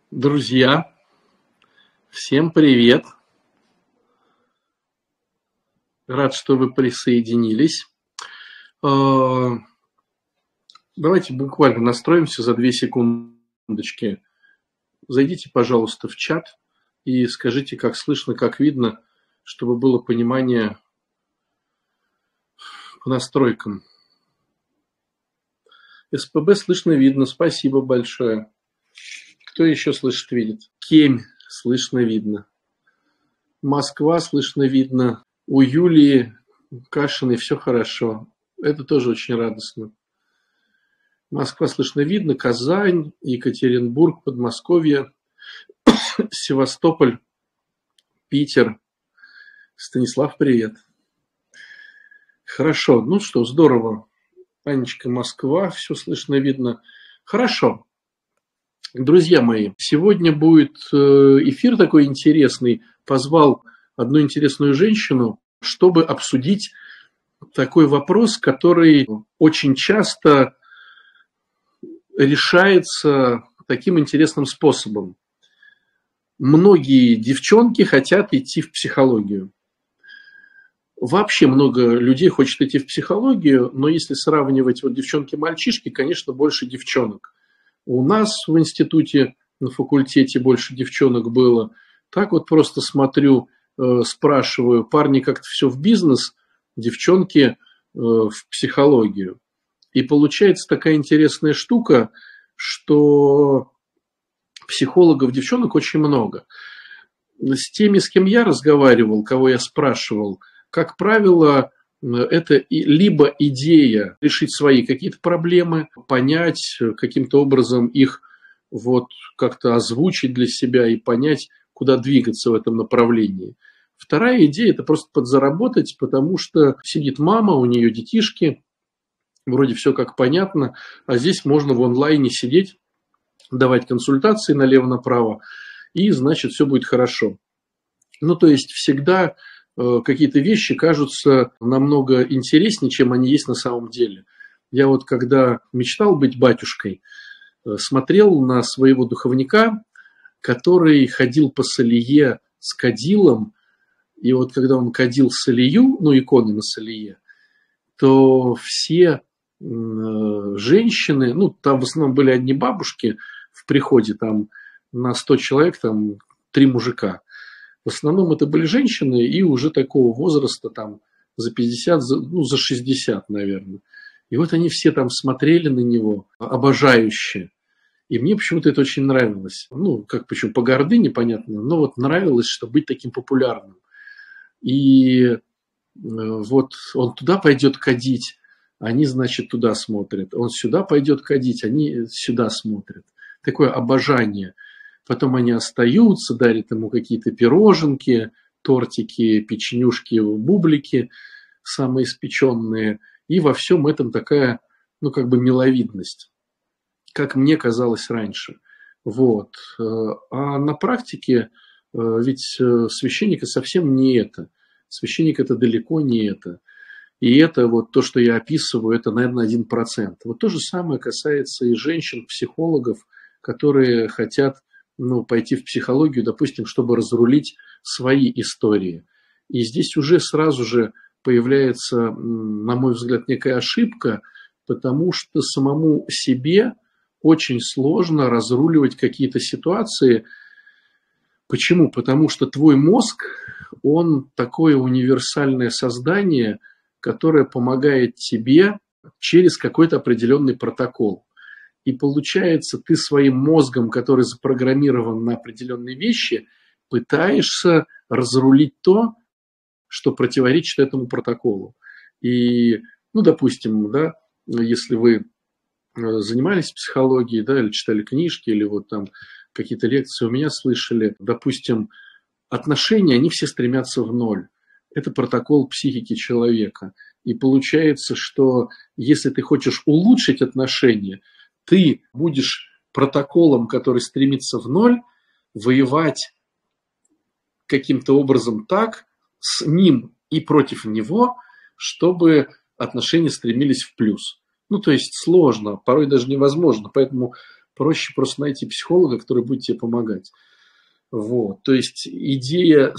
Друзья, всем привет! Рад, что вы присоединились. Давайте буквально настроимся за 2 секундочки. Зайдите, пожалуйста, в чат и скажите, как слышно, как видно, чтобы было понимание по настройкам. СПБ слышно, видно. Спасибо большое. Кто еще слышит, видит? Кемь слышно, видно. Москва слышно, видно. У Юлии Кашиной все хорошо. Это тоже очень радостно. Москва слышно, видно. Казань, Екатеринбург, Подмосковье, Севастополь, Питер. Станислав, привет. Хорошо. Ну что, здорово. Анечка, Москва, все слышно, видно. Хорошо. Друзья мои, сегодня будет эфир такой интересный. Позвал одну интересную женщину, чтобы обсудить такой вопрос, который очень часто решается таким интересным способом. Многие девчонки хотят идти в психологию. Вообще много людей хочет идти в психологию, но если сравнивать вот девчонки-мальчишки, конечно, больше девчонок. У нас в институте, на факультете больше девчонок было. Так вот просто смотрю, спрашиваю, парни как-то все в бизнес, девчонки в психологию. И получается такая интересная штука, что психологов девчонок очень много. С теми, с кем я разговаривал, кого я спрашивал, как правило, это либо идея решить свои какие-то проблемы, понять, каким-то образом их вот как-то озвучить для себя и понять, куда двигаться в этом направлении. Вторая идея – это просто подзаработать, потому что сидит мама, у нее детишки, вроде все как понятно, а здесь можно в онлайне сидеть, давать консультации налево-направо, и значит все будет хорошо. Ну, то есть всегда какие-то вещи кажутся намного интереснее, чем они есть на самом деле. Я вот когда мечтал быть батюшкой, смотрел на своего духовника, который ходил по солие с кадилом, и вот когда он кадил солию, ну, иконы на солие, то все женщины, ну, там в основном были одни бабушки в приходе, там на 100 человек, там 3 мужика. В основном это были женщины и уже такого возраста, там, за 50, за 60, наверное. И вот они все там смотрели на него, обожающе. И мне почему-то это очень нравилось. Ну, как почему, по гордыне, понятно, но вот нравилось, что быть таким популярным. И вот он туда пойдет кадить, они, значит, туда смотрят. Он сюда пойдет кадить, они сюда смотрят. Такое обожание. Потом они остаются, дарят ему какие-то пироженки, тортики, печенюшки, бублики самоиспеченные. И во всем этом такая, ну, как бы миловидность, как мне казалось раньше. Вот. А на практике ведь священник совсем не это. Священник это далеко не это. И это вот то, что я описываю, это, наверное, 1%. Вот то же самое касается и женщин-психологов, которые хотят пойти в психологию, допустим, чтобы разрулить свои истории. И здесь уже сразу же появляется, на мой взгляд, некая ошибка, потому что самому себе очень сложно разруливать какие-то ситуации. Почему? Потому что твой мозг, он такое универсальное создание, которое помогает тебе через какой-то определенный протокол. И получается, ты своим мозгом, который запрограммирован на определенные вещи, пытаешься разрулить то, что противоречит этому протоколу. И, допустим, да, если вы занимались психологией, да, или читали книжки, или вот там какие-то лекции у меня слышали, допустим, отношения, они все стремятся в ноль. Это протокол психики человека. И получается, что если ты хочешь улучшить отношения, ты будешь протоколом, который стремится в ноль, воевать каким-то образом так с ним и против него, чтобы отношения стремились в плюс. Ну, то есть сложно, порой даже невозможно. Поэтому проще просто найти психолога, который будет тебе помогать. Вот. То есть идея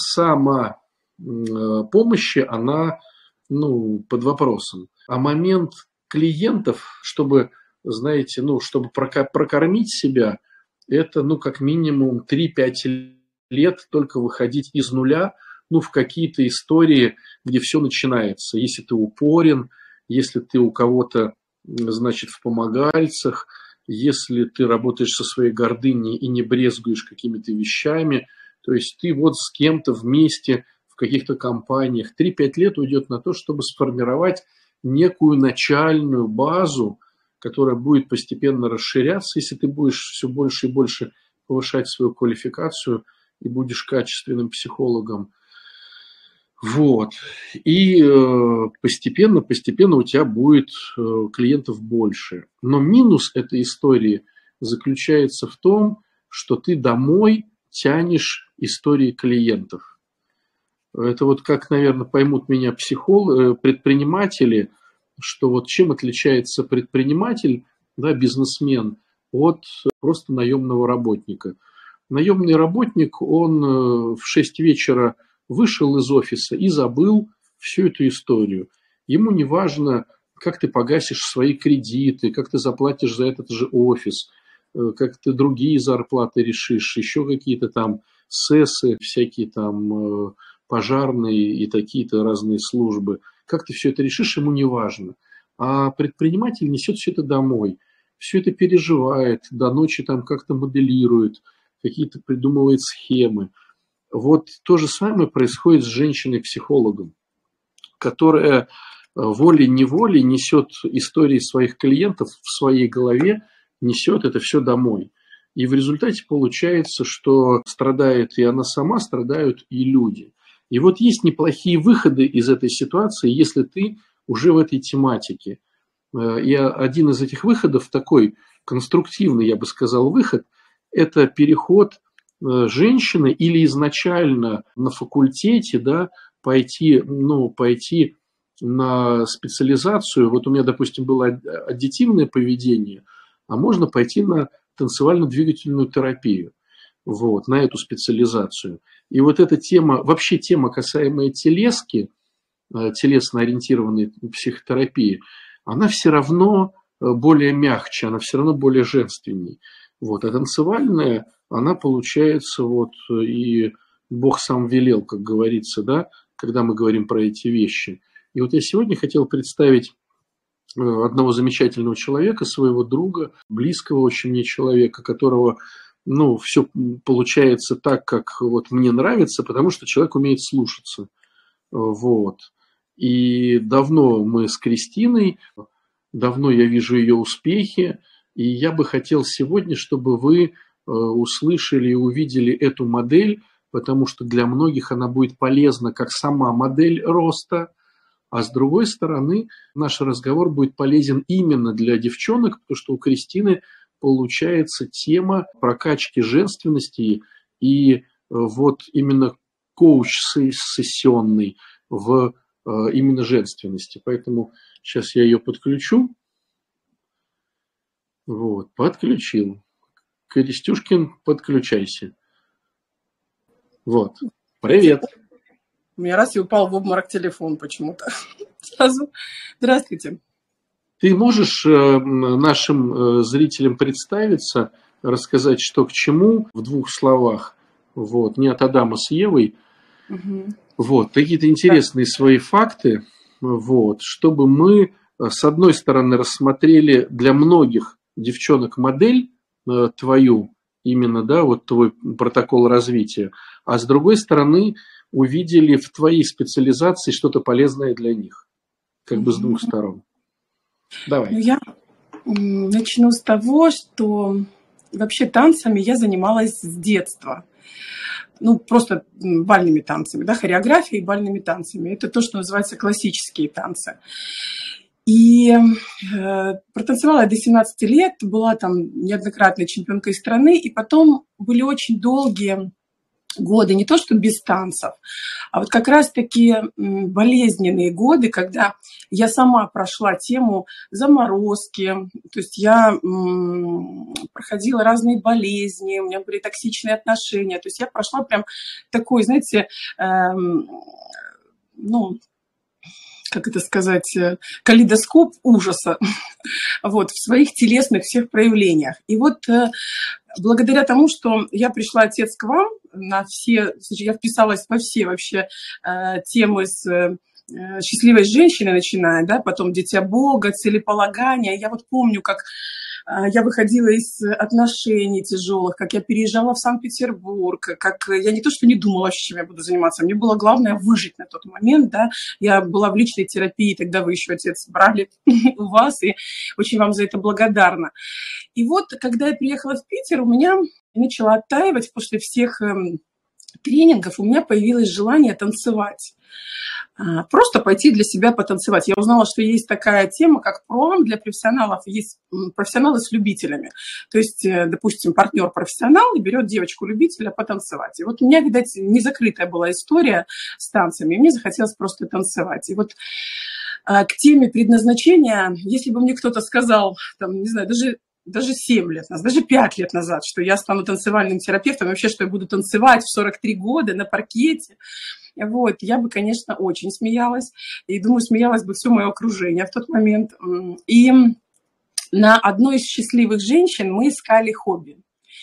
самопомощи, она под вопросом. А момент клиентов, чтобы, знаете, чтобы прокормить себя, это, как минимум 3-5 лет только выходить из нуля, в какие-то истории, где все начинается. Если ты упорен, если ты у кого-то, значит, в помогальцах, если ты работаешь со своей гордыней и не брезгуешь какими-то вещами, то есть ты вот с кем-то вместе в каких-то компаниях. 3-5 лет уйдет на то, чтобы сформировать некую начальную базу, которая будет постепенно расширяться, если ты будешь все больше и больше повышать свою квалификацию и будешь качественным психологом. Вот. И постепенно у тебя будет клиентов больше. Но минус этой истории заключается в том, что ты домой тянешь истории клиентов. Это вот как, наверное, поймут меня предприниматели, что вот чем отличается предприниматель, бизнесмен, от просто наемного работника. Наемный работник, он в 6 вечера вышел из офиса и забыл всю эту историю. Ему не важно, как ты погасишь свои кредиты, как ты заплатишь за этот же офис, как ты другие зарплаты решишь, еще какие-то там СЭСы, всякие там пожарные и такие-то разные службы. Как ты все это решишь, ему не важно. А предприниматель несет все это домой, все это переживает, до ночи там как-то моделирует, какие-то придумывает схемы. Вот то же самое происходит с женщиной-психологом, которая волей-неволей несет истории своих клиентов в своей голове, несет это все домой. И в результате получается, что страдает и она сама, страдают и люди. И вот есть неплохие выходы из этой ситуации, если ты уже в этой тематике. И один из этих выходов, такой конструктивный, я бы сказал, выход, это переход женщины или изначально на факультете, пойти на специализацию. Вот у меня, допустим, было аддитивное поведение, а можно пойти на танцевально-двигательную терапию, вот, на эту специализацию. И вот эта тема, вообще тема, касаемая телески, телесно-ориентированной психотерапии, она все равно более мягче, она все равно более женственней. Вот. А танцевальная, она получается, и Бог сам велел, как говорится, когда мы говорим про эти вещи. И вот я сегодня хотел представить одного замечательного человека, своего друга, близкого очень мне человека, которого, все получается так, как мне нравится, потому что человек умеет слушаться. Вот. И давно мы с Кристиной, давно я вижу ее успехи, и я бы хотел сегодня, чтобы вы услышали и увидели эту модель, потому что для многих она будет полезна как сама модель роста, а с другой стороны наш разговор будет полезен именно для девчонок, потому что у Кристины получается тема прокачки женственности и именно коуч-сессионный в именно женственности. Поэтому сейчас я ее подключу. Подключил. Кристюшкин, подключайся. Привет. У меня раз и упал в обморок телефон почему-то. Сразу. Здравствуйте. Ты можешь нашим зрителям представиться, рассказать, что к чему в 2 словах? Не от Адама с Евой. Угу. Какие-то интересные свои факты, чтобы мы, с одной стороны, рассмотрели для многих девчонок модель твою, именно, твой протокол развития, а с другой стороны, увидели в твоей специализации что-то полезное для них, как бы с 2 сторон. Давай. Я начну с того, что вообще танцами я занималась с детства. Просто бальными танцами, хореографией и бальными танцами. Это то, что называется классические танцы. И протанцевала я до 17 лет, была там неоднократной чемпионкой страны, и потом были очень долгие годы, не то что без танцев, а вот как раз такие болезненные годы, когда я сама прошла тему заморозки, то есть я проходила разные болезни, у меня были токсичные отношения, то есть я прошла прям такой, знаете, ну, как это сказать, калейдоскоп ужаса вот, в своих телесных всех проявлениях. И вот благодаря тому, что я пришла, отец, к вам на все, я вписалась во все вообще темы с счастливой женщиной начиная, да, потом дитя Бога, целеполагание. Я вот помню, как я выходила из отношений тяжелых, как я переезжала в Санкт-Петербург, как я не то, что не думала, чем я буду заниматься, мне было главное выжить на тот момент, да. Я была в личной терапии, тогда вы еще, отец, брали у вас, и очень вам за это благодарна. И вот, когда я приехала в Питер, у меня начала оттаивать после всех тренингов, у меня появилось желание танцевать. Просто пойти для себя потанцевать. Я узнала, что есть такая тема, как пром для профессионалов. Есть профессионалы с любителями. То есть, допустим, партнер-профессионал и берет девочку-любителя потанцевать. И вот у меня, видать, не закрытая была история с танцами. И мне захотелось просто танцевать. И вот к теме предназначения, если бы мне кто-то сказал, там, не знаю, даже 7 лет назад, даже 5 лет назад, что я стану танцевальным терапевтом, вообще, что я буду танцевать в 43 года на паркете, вот, я бы, конечно, очень смеялась. И, думаю, смеялось бы все мое окружение в тот момент. И на одной из счастливых женщин мы искали хобби.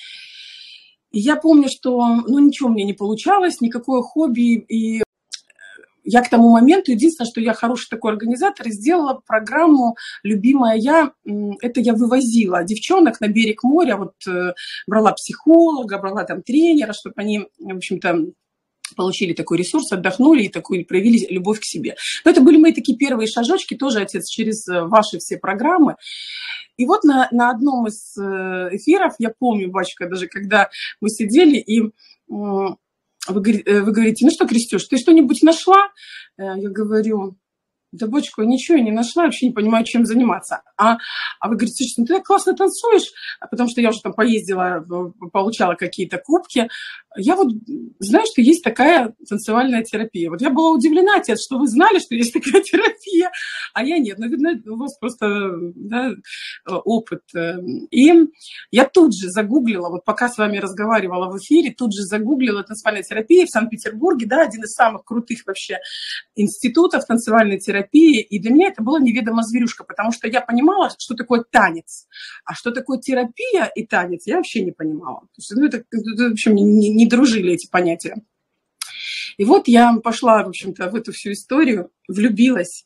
И я помню, что, ничего мне не получалось, никакое хобби. И я к тому моменту, единственное, что я хороший такой организатор, и сделала программу «Любимая я». Это я вывозила девчонок на берег моря, вот брала психолога, брала там тренера, чтобы они, в общем-то, получили такой ресурс, отдохнули и такую проявили любовь к себе. Но это были мои такие первые шажочки, тоже, отец, через ваши все программы. И вот на одном из эфиров, я помню, батюшка, даже когда мы сидели, и вы говорите, ну что, Крестюш, ты что-нибудь нашла? Я говорю, да, бочку, ничего я не нашла, вообще не понимаю, чем заниматься. А вы говорите, слушай, ну ты так классно танцуешь, потому что я уже там поездила, получала какие-то кубки. Я вот знаю, что есть такая танцевальная терапия. Вот я была удивлена, отец, что вы знали, что есть такая терапия, а я нет. Ну, видно, у вас просто, да, опыт. И я тут же загуглила, вот пока с вами разговаривала в эфире, тут же загуглила танцевальная терапия в Санкт-Петербурге, да, один из самых крутых вообще институтов танцевальной терапии. И для меня это была неведома зверюшка, потому что я понимала, что такое танец, а что такое терапия и танец, я вообще не понимала. То есть, это в общем, не дружили эти понятия. И вот я пошла, в общем-то, в эту всю историю, влюбилась.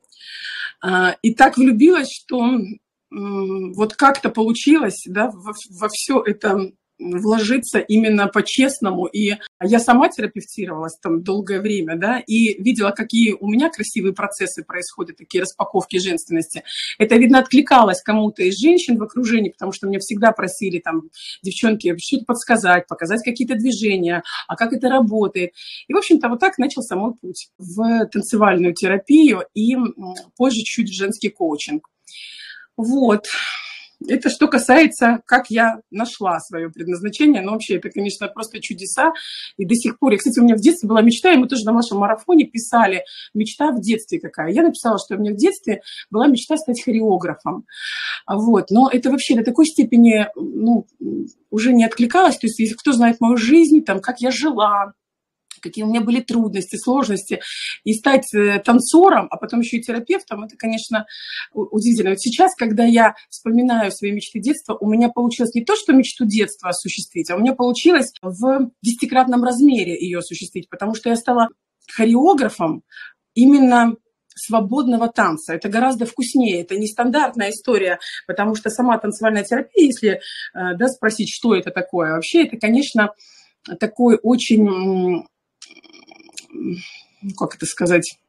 И так влюбилась, что вот как-то получилось, да, во все это вложиться именно по-честному. И я сама терапевтировалась там долгое время, да, и видела, какие у меня красивые процессы происходят, такие распаковки женственности. Это, видно, откликалось кому-то из женщин в окружении, потому что меня всегда просили там девчонки что-то подсказать, показать какие-то движения, а как это работает. И, в общем-то, вот так начался мой путь в танцевальную терапию и позже чуть в женский коучинг. Вот. Это что касается, как я нашла свое предназначение. Но вообще это, конечно, просто чудеса. И до сих пор... Кстати, у меня в детстве была мечта, и мы тоже на вашем марафоне писали, мечта в детстве какая. Я написала, что у меня в детстве была мечта стать хореографом. Вот. Но это вообще до такой степени уже не откликалось. То есть, если кто знает мою жизнь, там, как я жила, какие у меня были трудности, сложности, и стать танцором, а потом еще и терапевтом, это, конечно, удивительно. Вот сейчас, когда я вспоминаю свои мечты детства, у меня получилось не то, что мечту детства осуществить, а у меня получилось в 10-кратном размере ее осуществить, потому что я стала хореографом именно свободного танца. Это гораздо вкуснее, это нестандартная история, потому что сама танцевальная терапия, если спросить, что это такое, вообще это, конечно, такой очень... как это сказать,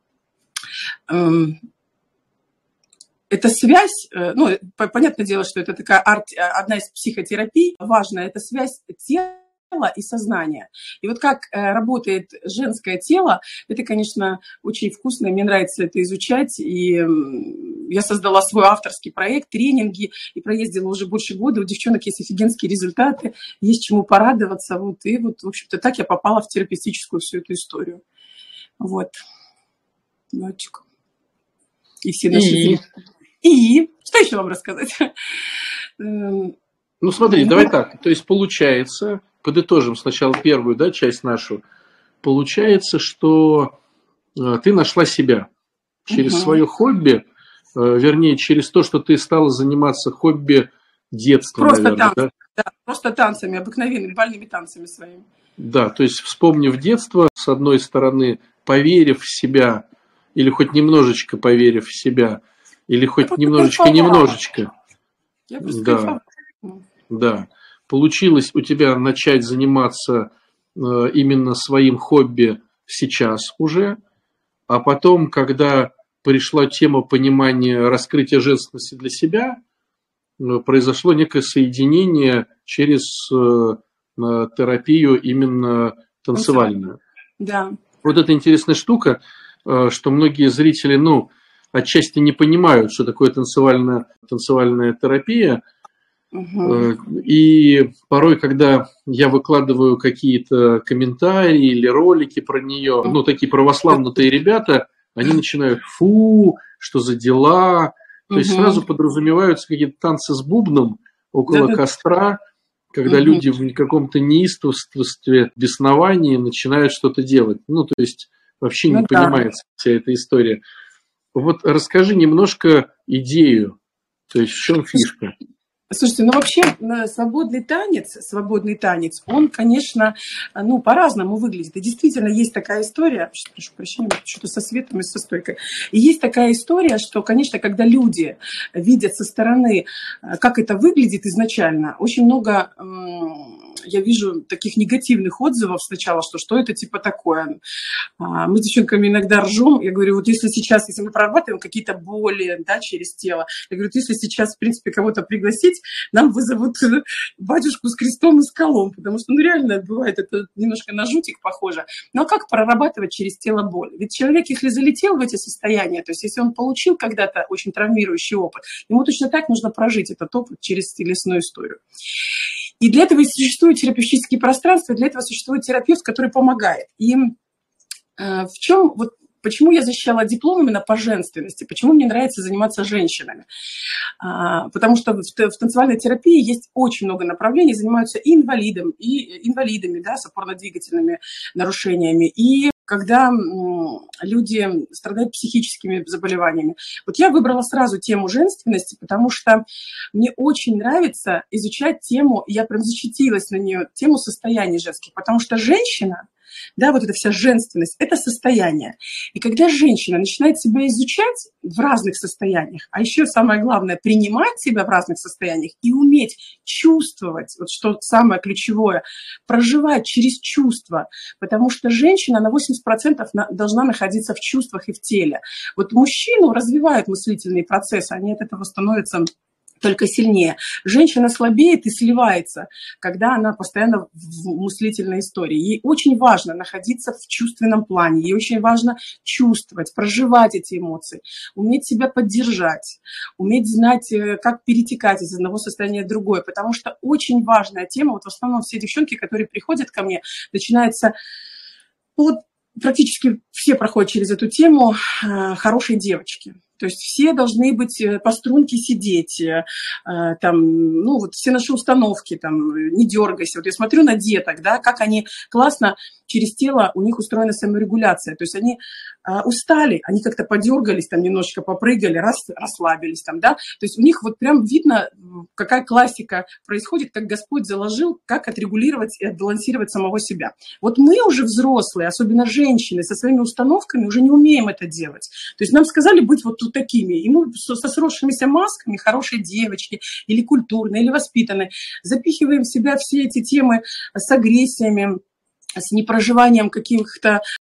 это связь, понятное дело, что это такая одна из психотерапий, важная, это связь тела и сознания. И вот как работает женское тело, это, конечно, очень вкусно, и мне нравится это изучать. И я создала свой авторский проект, тренинги, и проездила уже больше года. У девчонок есть офигенские результаты, есть чему порадоваться. Вот. И вот, в общем-то, так я попала в терапевтическую всю эту историю. Вот. Мальчик. И все наши... И что еще вам рассказать? Ну, смотри, давай так. То есть, получается, подытожим сначала первую, да, часть нашу. Получается, что ты нашла себя через свое хобби, вернее, через то, что ты стала заниматься хобби детства, просто наверное, танцами, да? Просто танцами, обыкновенными, бальными танцами своими. Да, то есть, вспомнив детство, с одной стороны, поверив в себя, или хоть немножечко поверив в себя, или хоть немножечко. Я просто да. Да, получилось у тебя начать заниматься именно своим хобби сейчас уже, а потом, когда пришла тема понимания раскрытия женственности для себя, произошло некое соединение через терапию именно танцевальную. Да. Вот это интересная штука, что многие зрители, ну, отчасти не понимают, что такое танцевальная терапия. И порой, когда я выкладываю какие-то комментарии или ролики про нее, ну, такие православнутые ребята, они начинают: фу, что за дела. То есть сразу подразумеваются какие-то танцы с бубном около костра, когда люди в каком-то неистовстве, бесновании начинают что-то делать. Ну, то есть вообще не понимается вся эта история. Вот расскажи немножко идею, то есть в чем фишка? Слушайте, ну вообще свободный танец, он, конечно, ну, по-разному выглядит. И действительно есть такая история, прошу прощения, что-то со светом и со стойкой. И есть такая история, что, конечно, когда люди видят со стороны, как это выглядит изначально, очень много я вижу таких негативных отзывов сначала, что это типа такое. Мы с девчонками иногда ржем. Я говорю, вот если мы прорабатываем какие-то боли, да, через тело, я говорю, вот если сейчас, в принципе, кого-то пригласить, нам вызовут батюшку с крестом и с колом, потому что, ну, реально, бывает, это немножко на жутик похоже. Но как прорабатывать через тело боль? Ведь человек, если залетел в эти состояния, то есть если он получил когда-то очень травмирующий опыт, ему точно так нужно прожить этот опыт через телесную историю. И для этого и существуют терапевтические пространства, для этого существует терапевт, который помогает. И в чем, вот почему я защищала диплом именно по женственности, почему мне нравится заниматься женщинами? Потому что в танцевальной терапии есть очень много направлений, занимаются и инвалидами, да, с опорно-двигательными нарушениями, и когда люди страдают психическими заболеваниями. Вот я выбрала сразу тему женственности, потому что мне очень нравится изучать тему, я прям защитилась на нее, тему состояний женских, потому что женщина, да, вот эта вся женственность, это состояние. И когда женщина начинает себя изучать в разных состояниях, а еще самое главное, принимать себя в разных состояниях и уметь чувствовать, вот что самое ключевое, проживать через чувства, потому что женщина на 80% должна находиться в чувствах и в теле. Вот мужчину развивают мыслительные процессы, они от этого становятся только сильнее. Женщина слабеет и сливается, когда она постоянно в мыслительной истории. Ей очень важно находиться в чувственном плане, ей очень важно чувствовать, проживать эти эмоции, уметь себя поддержать, уметь знать, как перетекать из одного состояния в другое, потому что очень важная тема, вот в основном все девчонки, которые приходят ко мне, начинается, ну вот практически все проходят через эту тему хорошей девочки. То есть все должны быть по струнке сидеть, там, ну, вот все наши установки, там, не дергайся. Вот я смотрю на деток, да, как они классно через тело, у них устроена саморегуляция. То есть они устали, они как-то подергались, там, немножечко попрыгали, расслабились, там, да. То есть у них вот прям видно, какая классика происходит, как Господь заложил, как отрегулировать и отбалансировать самого себя. Вот мы уже взрослые, особенно женщины, со своими установками уже не умеем это делать. То есть нам сказали быть вот такими, и мы со сросшимися масками хорошей девочки, или культурной, или воспитанной, запихиваем в себя все эти темы с агрессиями, с непроживанием каких-то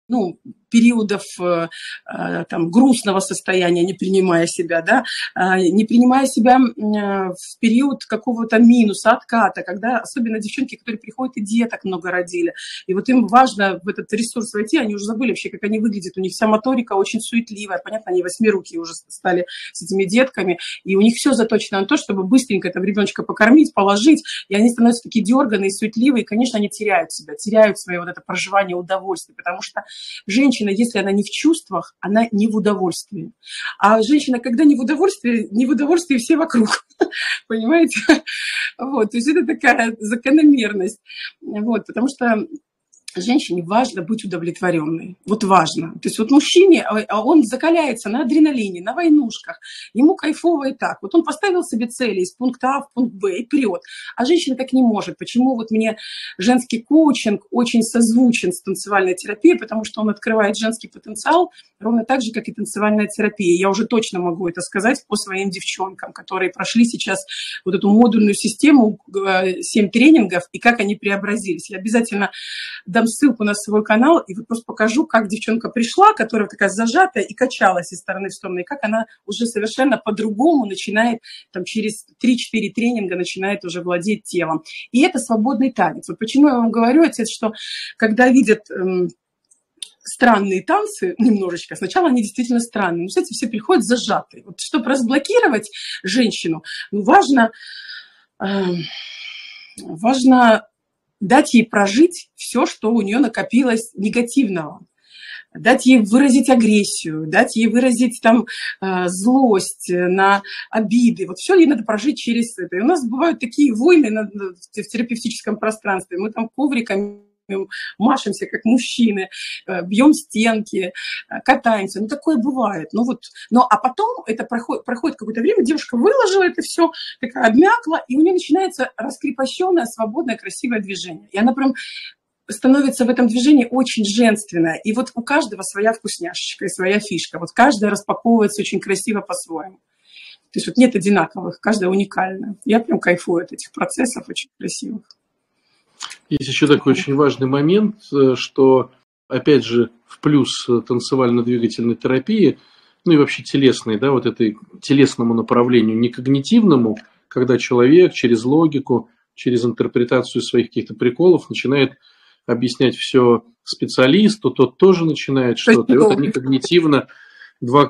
ну, периодов там, грустного состояния, не принимая себя, да, не принимая себя в период какого-то минуса, отката, когда особенно девчонки, которые приходят и деток много родили, и вот им важно в этот ресурс войти, они уже забыли вообще, как они выглядят, у них вся моторика очень суетливая, понятно, они восьмирукие уже стали с этими детками, и у них все заточено на то, чтобы быстренько там ребеночка покормить, положить, и они становятся такие дерганые, суетливые, и, конечно, они теряют себя, теряют свое вот это проживание удовольствия, потому что женщина, если она не в чувствах, она не в удовольствии. А женщина, когда не в удовольствии все вокруг. Понимаете? Вот, то есть это такая закономерность. Вот, потому что женщине важно быть удовлетворенной. Вот важно. То есть вот мужчине, он закаляется на адреналине, на войнушках. Ему кайфово и так. Вот он поставил себе цели из пункта А в пункт Б и вперед. А женщина так не может. Почему вот мне женский коучинг очень созвучен с танцевальной терапией? Потому что он открывает женский потенциал ровно так же, как и танцевальная терапия. Я уже точно могу это сказать по своим девчонкам, которые прошли сейчас вот эту модульную систему, 7 тренингов, и как они преобразились. Я обязательно дам ссылку на свой канал, и вот просто покажу, как девчонка пришла, которая такая зажатая и качалась из стороны в сторону, и как она уже совершенно по-другому начинает, там, через 3-4 тренинга начинает уже владеть телом. И это свободный танец. Вот почему я вам говорю, отец, что когда видят странные танцы немножечко, сначала они действительно странные, но, кстати, все приходят зажатые. Вот чтобы разблокировать женщину, ну, важно дать ей прожить все, что у нее накопилось негативного. Дать ей выразить агрессию, дать ей выразить там злость на обиды. Вот все ей надо прожить через это. И у нас бывают такие войны в терапевтическом пространстве. Мы там ковриками машемся, как мужчины, бьем стенки, катаемся. Ну, такое бывает. Ну, вот. А потом это проходит какое-то время, девушка выложила это все, такая обмякла, и у нее начинается раскрепощенное, свободное, красивое движение. И она прям становится в этом движении очень женственная. И вот у каждого своя вкусняшечка и своя фишка. Вот каждая распаковывается очень красиво по-своему. То есть вот нет одинаковых, каждая уникальная. Я прям кайфую от этих процессов очень красивых. Есть еще такой очень важный момент, что, опять же, в плюс танцевально-двигательной терапии, ну и вообще телесной, да, вот этой телесному направлению, не когнитивному, когда человек через логику, через интерпретацию своих каких-то приколов начинает объяснять все специалисту, тот тоже начинает что-то, и вот они когнитивно, два,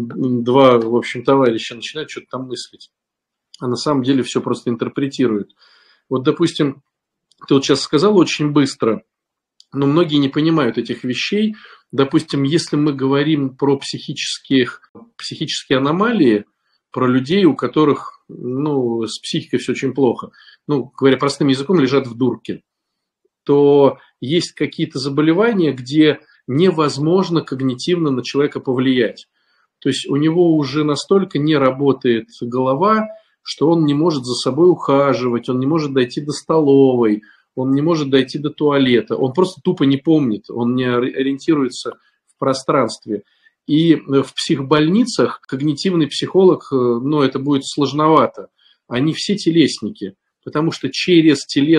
в общем, товарища начинают что-то там мыслить, а на самом деле все просто интерпретируют. Вот, допустим, ты вот сейчас сказал очень быстро, но многие не понимают этих вещей. Допустим, если мы говорим про психические аномалии, про людей, у которых, ну, с психикой все очень плохо, ну, говоря простым языком, лежат в дурке, то есть какие-то заболевания, где невозможно когнитивно на человека повлиять. То есть у него уже настолько не работает голова, что он не может за собой ухаживать, он не может дойти до столовой, он не может дойти до туалета, он просто тупо не помнит, он не ориентируется в пространстве. И в психбольницах когнитивный психолог, ну, это будет сложновато. Они все телесники, потому что через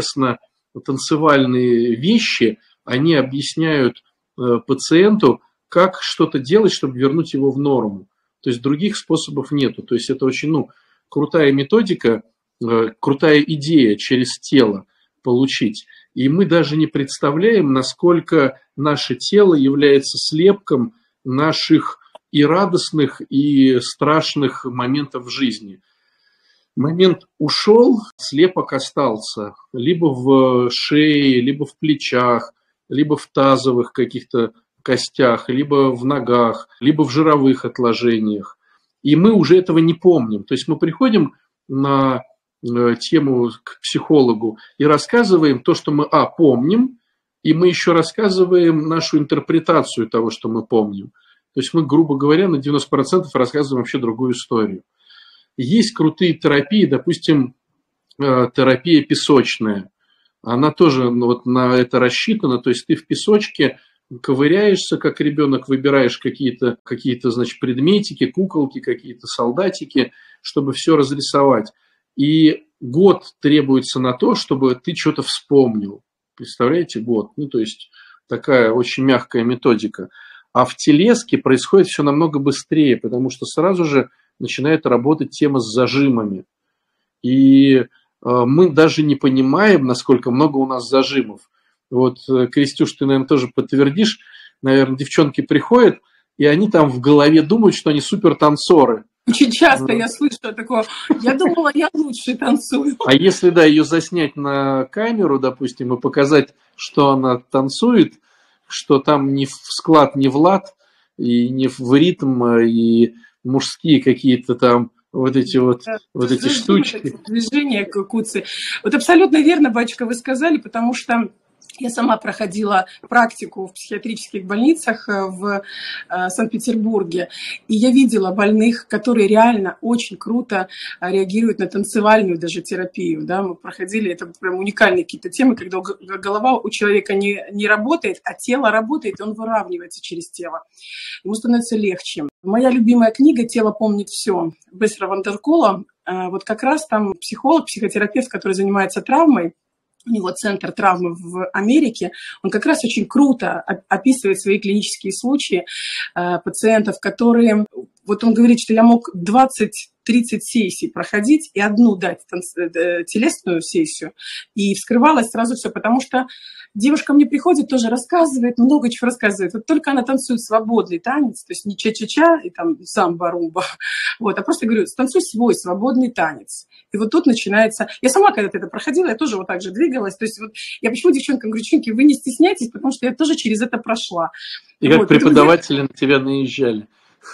телесно-танцевальные вещи они объясняют пациенту, как что-то делать, чтобы вернуть его в норму. То есть других способов нету. То есть это очень, ну, крутая методика, крутая идея через тело получить. И мы даже не представляем, насколько наше тело является слепком наших и радостных, и страшных моментов в жизни. Момент ушел, слепок остался. Либо в шее, либо в плечах, либо в тазовых каких-то костях, либо в ногах, либо в жировых отложениях. И мы уже этого не помним. То есть мы приходим на тему к психологу и рассказываем то, что мы, помним, и мы еще рассказываем нашу интерпретацию того, что мы помним. То есть мы, грубо говоря, на 90% рассказываем вообще другую историю. Есть крутые терапии, допустим, терапия песочная. Она тоже вот на это рассчитана, то есть ты в песочке ковыряешься, как ребенок, выбираешь какие-то, значит, предметики, куколки, какие-то солдатики, чтобы все разрисовать. И год требуется на то, чтобы ты что-то вспомнил. Представляете, год. Ну, то есть такая очень мягкая методика. А в телеске происходит все намного быстрее, потому что сразу же начинает работать тема с зажимами. И мы даже не понимаем, насколько много у нас зажимов. Вот, Крестюш, ты, наверное, тоже подтвердишь. Наверное, девчонки приходят, и они там в голове думают, что они супер танцоры. Очень часто я слышу такое. Я думала, я лучше танцую. А если, да, ее заснять на камеру, допустим, и показать, что она танцует, что там не в склад, не в лад, и не в ритм, и мужские какие-то там вот эти штучки. Движения, куцы. Вот абсолютно верно, батюшка, вы сказали, потому что я сама проходила практику в психиатрических больницах в Санкт-Петербурге, и я видела больных, которые реально очень круто реагируют на танцевальную даже терапию. Да? Мы проходили, это прям уникальные какие-то темы, когда голова у человека не работает, а тело работает, и он выравнивается через тело. Ему становится легче. Моя любимая книга «Тело помнит все» Бессера Ван дер Колла, вот как раз там психолог, психотерапевт, который занимается травмой, у него центр травмы в Америке, он как раз очень круто описывает свои клинические случаи пациентов, которые... Вот он говорит, что я мог 20-30 сессий проходить и одну дать телесную сессию, и вскрывалось сразу все, потому что девушка мне приходит, тоже рассказывает, много чего рассказывает. Вот только она танцует свободный танец, то есть не ча-ча-ча и там самба-румба, вот, а просто говорю, танцуй свой свободный танец. И вот тут начинается... Я сама когда-то это проходила, я тоже вот так же двигалась. То есть вот я почему девчонкам говорю, девчонки, вы не стесняйтесь, потому что я тоже через это прошла. И как преподаватели на тебя наезжали.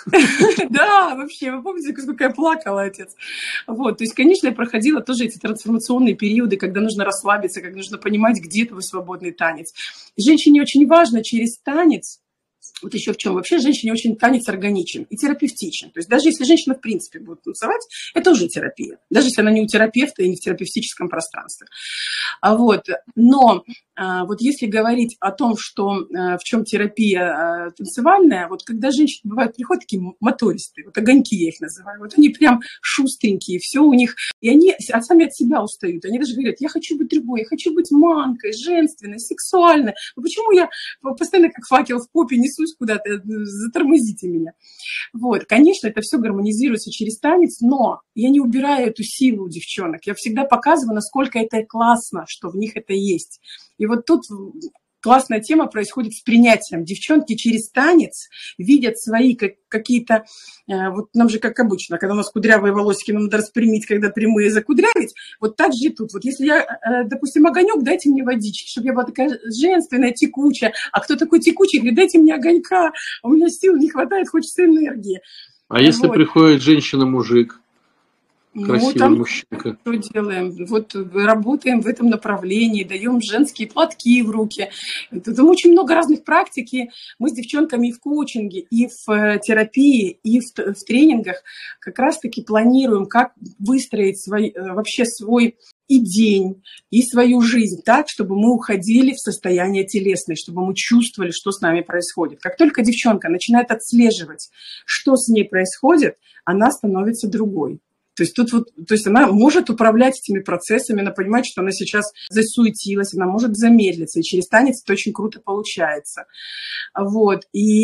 Да, вообще, вы помните, сколько я плакала, отец? Вот, то есть, конечно, я проходила тоже эти трансформационные периоды, когда нужно расслабиться, когда нужно понимать, где твой свободный танец. Женщине очень важно через танец, вот еще в чем. Вообще женщине очень танец органичен и терапевтичен. То есть даже если женщина в принципе будет танцевать, это уже терапия. Даже если она не у терапевта и не в терапевтическом пространстве. Вот. Но вот если говорить о том, что в чем терапия танцевальная, вот когда женщины бывают, приходят такие мотористые, вот огоньки я их называю, вот они прям шустренькие, все у них, и они сами от себя устают. Они даже говорят, я хочу быть другой, я хочу быть манкой, женственной, сексуальной. Ну почему я постоянно как факел в попе несусь куда-то, затормозите меня. Вот, конечно, это все гармонизируется через танец, но я не убираю эту силу у девчонок. Я всегда показываю, насколько это классно, что в них это есть. И вот тут классная тема происходит с принятием. Девчонки через танец видят свои какие-то... Вот нам же, как обычно, когда у нас кудрявые волосики, нам надо распрямить, когда прямые закудрявить. Вот так же и тут. Вот если я, допустим, огонек, дайте мне водички, чтобы я была такая женственная, текучая. А кто такой текучий, говорит, дайте мне огонька, у меня сил не хватает, хочется энергии. А если приходит женщина-мужик? Красивый там мужчинка. Что делаем? Вот работаем в этом направлении, даем женские платки в руки. Там очень много разных практик. И мы с девчонками и в коучинге, и в терапии, и в тренингах как раз-таки планируем, как выстроить вообще свой и день, и свою жизнь так, чтобы мы уходили в состояние телесное, чтобы мы чувствовали, что с нами происходит. Как только девчонка начинает отслеживать, что с ней происходит, она становится другой. То есть она может управлять этими процессами, она понимает, что она сейчас засуетилась, она может замедлиться, и через танец это очень круто получается. Вот. И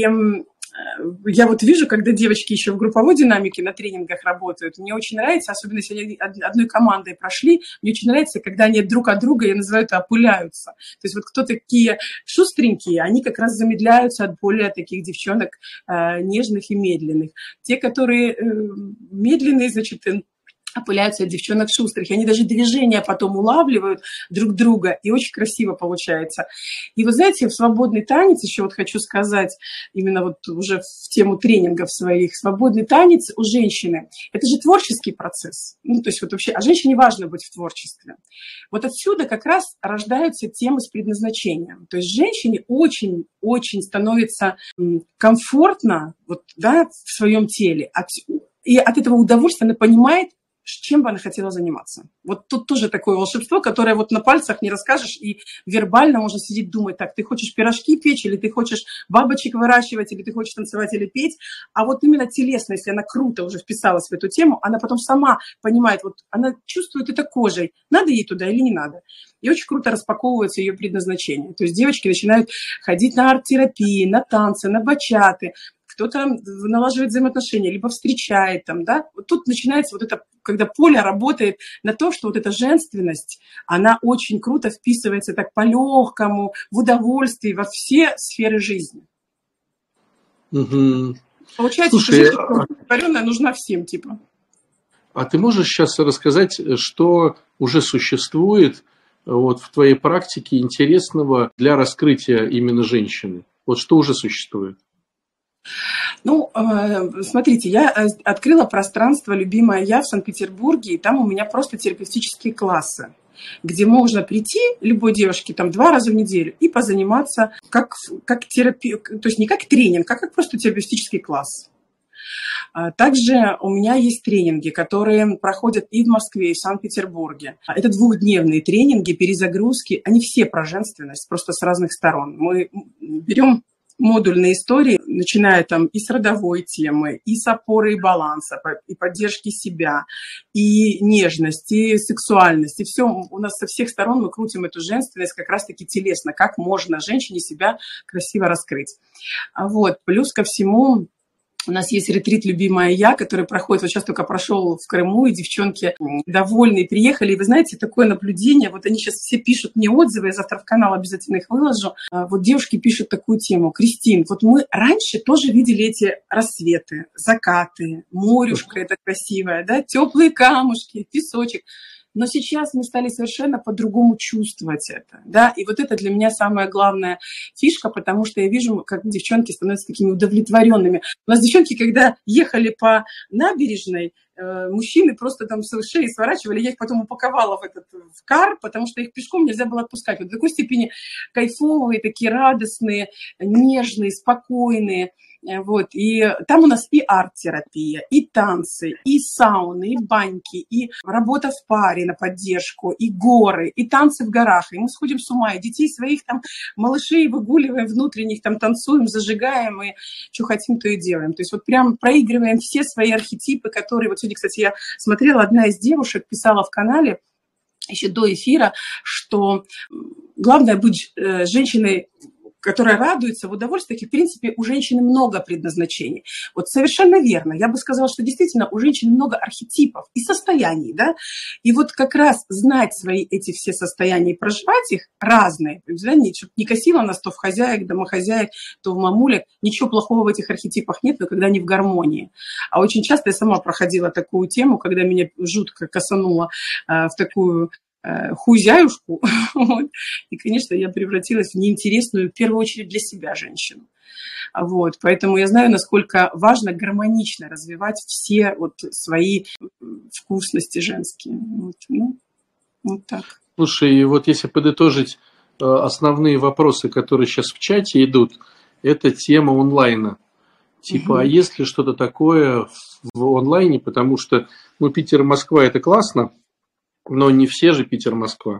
я вот вижу, когда девочки еще в групповой динамике на тренингах работают, мне очень нравится, особенно если они одной командой прошли, мне очень нравится, когда они друг от друга, я называю это, опыляются. То есть вот кто такие шустренькие, они как раз замедляются от более таких девчонок нежных и медленных. Те, которые медленные, значит, опыляются от девчонок шустрых. И они даже движения потом улавливают друг друга, и очень красиво получается. И вы знаете, в свободный танец, еще вот хочу сказать, именно вот уже в тему тренингов своих, свободный танец у женщины, это же творческий процесс. Ну, то есть вот вообще, а женщине важно быть в творчестве. Вот отсюда как раз рождаются темы с предназначением. То есть женщине очень-очень становится комфортно вот, да, в своем теле. И от этого удовольствия она понимает, чем бы она хотела заниматься. Вот тут тоже такое волшебство, которое вот на пальцах не расскажешь, и вербально можно сидеть думать, так, ты хочешь пирожки печь, или ты хочешь бабочек выращивать, или ты хочешь танцевать или петь. А вот именно телесно, если она круто уже вписалась в эту тему, она потом сама понимает, вот она чувствует это кожей, надо ей туда или не надо. И очень круто распаковывается ее предназначение. То есть девочки начинают ходить на арт-терапии, на танцы, на бачаты, кто-то налаживает взаимоотношения, либо встречает там, да. Вот тут начинается вот это, когда поле работает на то, что вот эта женственность, она очень круто вписывается так по-легкому, в удовольствии, во все сферы жизни. Угу. Получается, что жизнь удовлетворенная нужна всем, типа. А ты можешь сейчас рассказать, что уже существует вот в твоей практике интересного для раскрытия именно женщины? Вот что уже существует? Ну, смотрите, я открыла пространство «Любимая я» в Санкт-Петербурге, и там у меня просто терапевтические классы, где можно прийти любой девушке там 2 раза в неделю и позаниматься как терапия, то есть не как тренинг, а как просто терапевтический класс. Также у меня есть тренинги, которые проходят и в Москве, и в Санкт-Петербурге. Это 2-дневные тренинги, перезагрузки, они все про женственность, просто с разных сторон. Мы берем модульные истории, начиная там и с родовой темы, и с опоры и баланса, и поддержки себя, и нежности, и сексуальности. Все у нас со всех сторон мы крутим эту женственность как раз-таки телесно, как можно женщине себя красиво раскрыть. Вот. Плюс ко всему у нас есть ретрит «Любимая я», который проходит, вот сейчас только прошел в Крыму, и девчонки довольны, приехали. И вы знаете, такое наблюдение, вот они сейчас все пишут мне отзывы, я завтра в канал обязательно их выложу. Вот девушки пишут такую тему: Кристин, вот мы раньше тоже видели эти рассветы, закаты, морюшка это красивое, да, теплые камушки, песочек. Но сейчас мы стали совершенно по-другому чувствовать это, да, и вот это для меня самая главная фишка, потому что я вижу, как девчонки становятся такими удовлетворенными. У нас девчонки, когда ехали по набережной, мужчины просто там с шеи сворачивали, я их потом упаковала в кар, потому что их пешком нельзя было отпускать. Вот в такой степени кайфовые, такие радостные, нежные, спокойные. Вот. И там у нас и арт-терапия, и танцы, и сауны, и баньки, и работа в паре на поддержку, и горы, и танцы в горах. И мы сходим с ума, и детей своих там, малышей выгуливаем внутренних, там танцуем, зажигаем, и что хотим, то и делаем. То есть вот прям проигрываем все свои архетипы, которые... Вот сегодня, кстати, я смотрела, одна из девушек писала в канале еще до эфира, что главное быть женщиной, которая радуется в удовольствии, в принципе, у женщины много предназначений. Вот совершенно верно. Я бы сказала, что действительно у женщин много архетипов и состояний, да. И вот как раз знать свои эти все состояния и проживать их разные, чтобы не косило нас то в хозяек, домохозяек, то в мамулек. Ничего плохого в этих архетипах нет, но когда они в гармонии. А очень часто я сама проходила такую тему, когда меня жутко косануло в такую хузяюшку, вот. И, конечно, я превратилась в неинтересную, в первую очередь, для себя женщину. Вот. Поэтому я знаю, насколько важно гармонично развивать все вот свои вкусности женские. Вот. Ну, вот так. Слушай, вот если подытожить основные вопросы, которые сейчас в чате идут, это тема онлайна. Типа, а есть ли что-то такое в онлайне? Потому что, ну, Питер-Москва – это классно, но не все же Питер-Москва.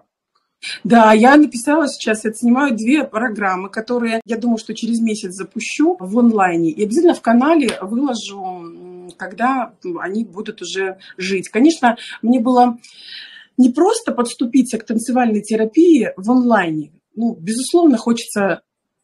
Да, я написала сейчас, я снимаю 2 программы, которые, я думаю, что через месяц запущу в онлайне. И обязательно в канале выложу, когда они будут уже жить. Конечно, мне было не просто подступиться к танцевальной терапии в онлайне. Ну, безусловно, хочется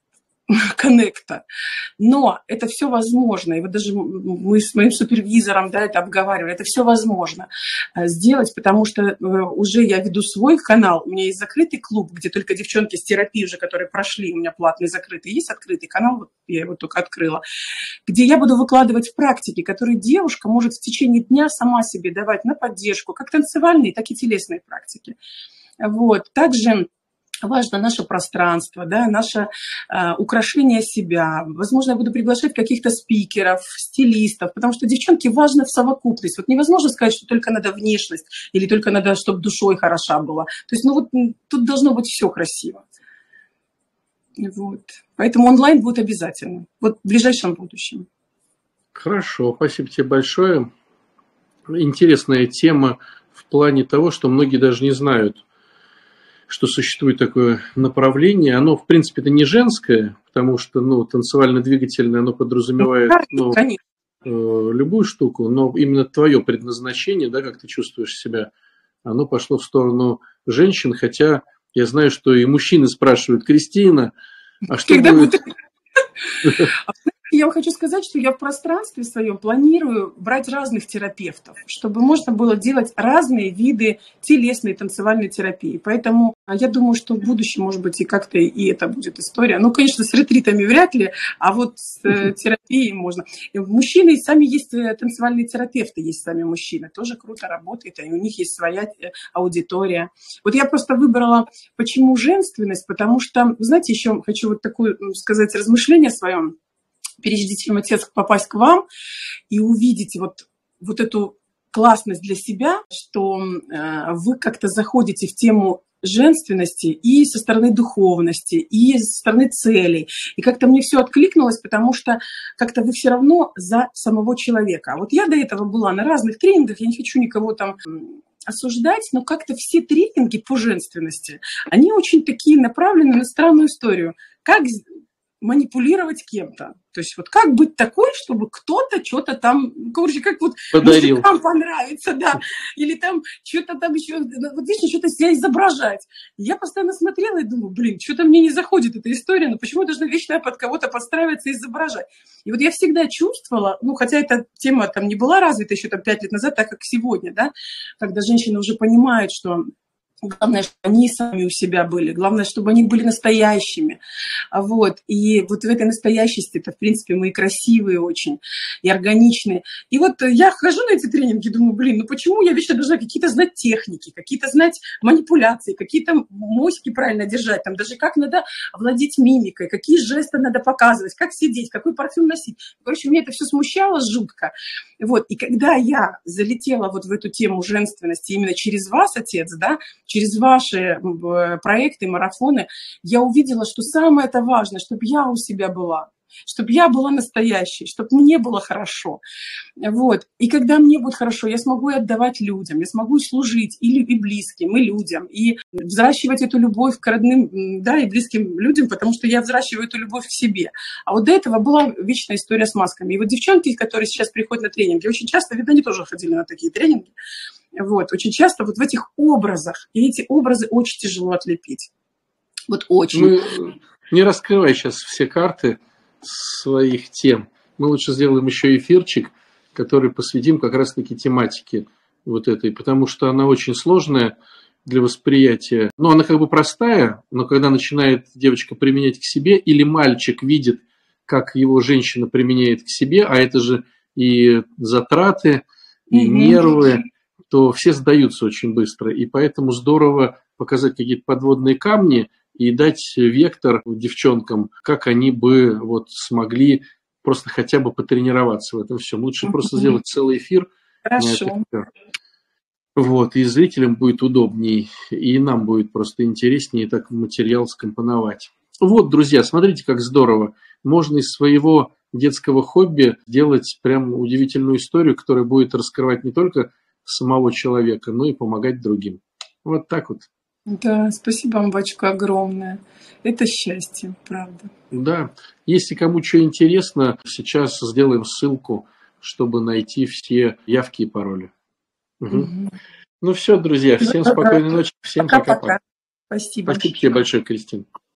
коннекта. Но это все возможно. И вот даже мы с моим супервизором, да, это обговаривали. Это все возможно сделать, потому что уже я веду свой канал. У меня есть закрытый клуб, где только девчонки с терапией уже, которые прошли, у меня платный закрытый. Есть открытый канал, вот я его только открыла, где я буду выкладывать в практике, которые девушка может в течение дня сама себе давать на поддержку, как танцевальные, так и телесные практики. Вот. Также важно наше пространство, да, наше украшение себя. Возможно, я буду приглашать каких-то спикеров, стилистов, потому что девчонки важно в совокупность. Вот невозможно сказать, что только надо внешность или только надо, чтобы душой хороша была. То есть, ну вот тут должно быть все красиво. Вот. Поэтому онлайн будет обязательно. Вот в ближайшем будущем. Хорошо, спасибо тебе большое. интересная тема в плане того, что многие даже не знают, что существует такое направление. Оно, в принципе, это не женское, потому что, ну, танцевально-двигательное, оно подразумевает, ну, Конечно. любую штуку, но именно твое предназначение, да, как ты чувствуешь себя, оно пошло в сторону женщин, хотя я знаю, что и мужчины спрашивают: Кристина, а что Когда будет? будет... Я вам хочу сказать, что я в пространстве своем планирую брать разных терапевтов, чтобы можно было делать разные виды телесной и танцевальной терапии. Поэтому я думаю, что в будущем, может быть, и как-то и это будет история. Ну, конечно, с ретритами вряд ли, а вот с терапией можно. Мужчины сами есть танцевальные терапевты, есть сами мужчины. Тоже круто работает, и у них есть своя аудитория. Вот я просто выбрала, почему женственность, потому что, вы знаете, еще хочу вот такое сказать размышление свое. Прежде чем, отец, попасть к вам и увидеть вот эту классность для себя, что вы как-то заходите в тему женственности и со стороны духовности, и со стороны целей. И как-то мне все откликнулось, потому что как-то вы все равно за самого человека. А вот я до этого была на разных тренингах, я не хочу никого там осуждать, но как-то все тренинги по женственности, они очень такие направлены на странную историю. Как манипулировать кем-то. То есть вот как быть такой, чтобы кто-то что-то там, короче, как вот Подарил. мужикам понравится, да, или там что-то там еще, вот вечно что-то себя изображать. Я постоянно смотрела и думаю, блин, что-то мне не заходит эта история, но почему я должна вечно под кого-то подстраиваться и изображать? И вот я всегда чувствовала, ну, хотя эта тема там не была развита еще там 5 лет назад, так как сегодня, да, когда женщины уже понимают, что главное, чтобы они сами у себя были. Главное, чтобы они были настоящими. Вот. И вот в этой настоящести, это, в принципе, мы и красивые очень, и органичные. И вот я хожу на эти тренинги, думаю, блин, ну почему я вечно должна какие-то знать техники, какие-то знать манипуляции, какие-то моськи правильно держать, там даже как надо владеть мимикой, какие жесты надо показывать, как сидеть, какой парфюм носить. Короче, мне это все смущало жутко. Вот. И когда я залетела вот в эту тему женственности именно через вас, отец, да, через ваши проекты, марафоны, я увидела, что самое это важное, чтобы я у себя была, чтобы я была настоящей, чтобы мне было хорошо. Вот. И когда мне будет хорошо, я смогу и отдавать людям, я смогу служить и близким, и людям, и взращивать эту любовь к родным, да, и близким людям, потому что я взращиваю эту любовь к себе. А вот до этого была вечная история с масками. И вот девчонки, которые сейчас приходят на тренинги, очень часто, видно, они тоже ходили на такие тренинги, вот, очень часто вот в этих образах, и эти образы очень тяжело отлепить. Вот очень. Мы не раскрывай сейчас все карты своих тем. Мы лучше сделаем еще эфирчик, который посвятим как раз-таки тематике вот этой, потому что она очень сложная для восприятия. Ну, она как бы простая, но когда начинает девочка применять к себе, или мальчик видит, как его женщина применяет к себе, а это же и затраты, и нервы, то все сдаются очень быстро. И поэтому здорово показать какие-то подводные камни и дать вектор девчонкам, как они бы вот смогли просто хотя бы потренироваться в этом всем. Лучше просто сделать целый эфир. Хорошо. Вот, и зрителям будет удобней, и нам будет просто интереснее так материал скомпоновать. Вот, друзья, смотрите, как здорово. Можно из своего детского хобби делать прям удивительную историю, которая будет раскрывать не только самого человека, но и помогать другим. Вот так вот. Да, спасибо вам, батюшка, огромное. Это счастье, правда. Да, если кому что интересно, сейчас сделаем ссылку, чтобы найти все явки и пароли. Угу. Ну все, друзья, всем спокойной ночи, всем пока-пока. Спасибо. Спасибо тебе большое, Кристина.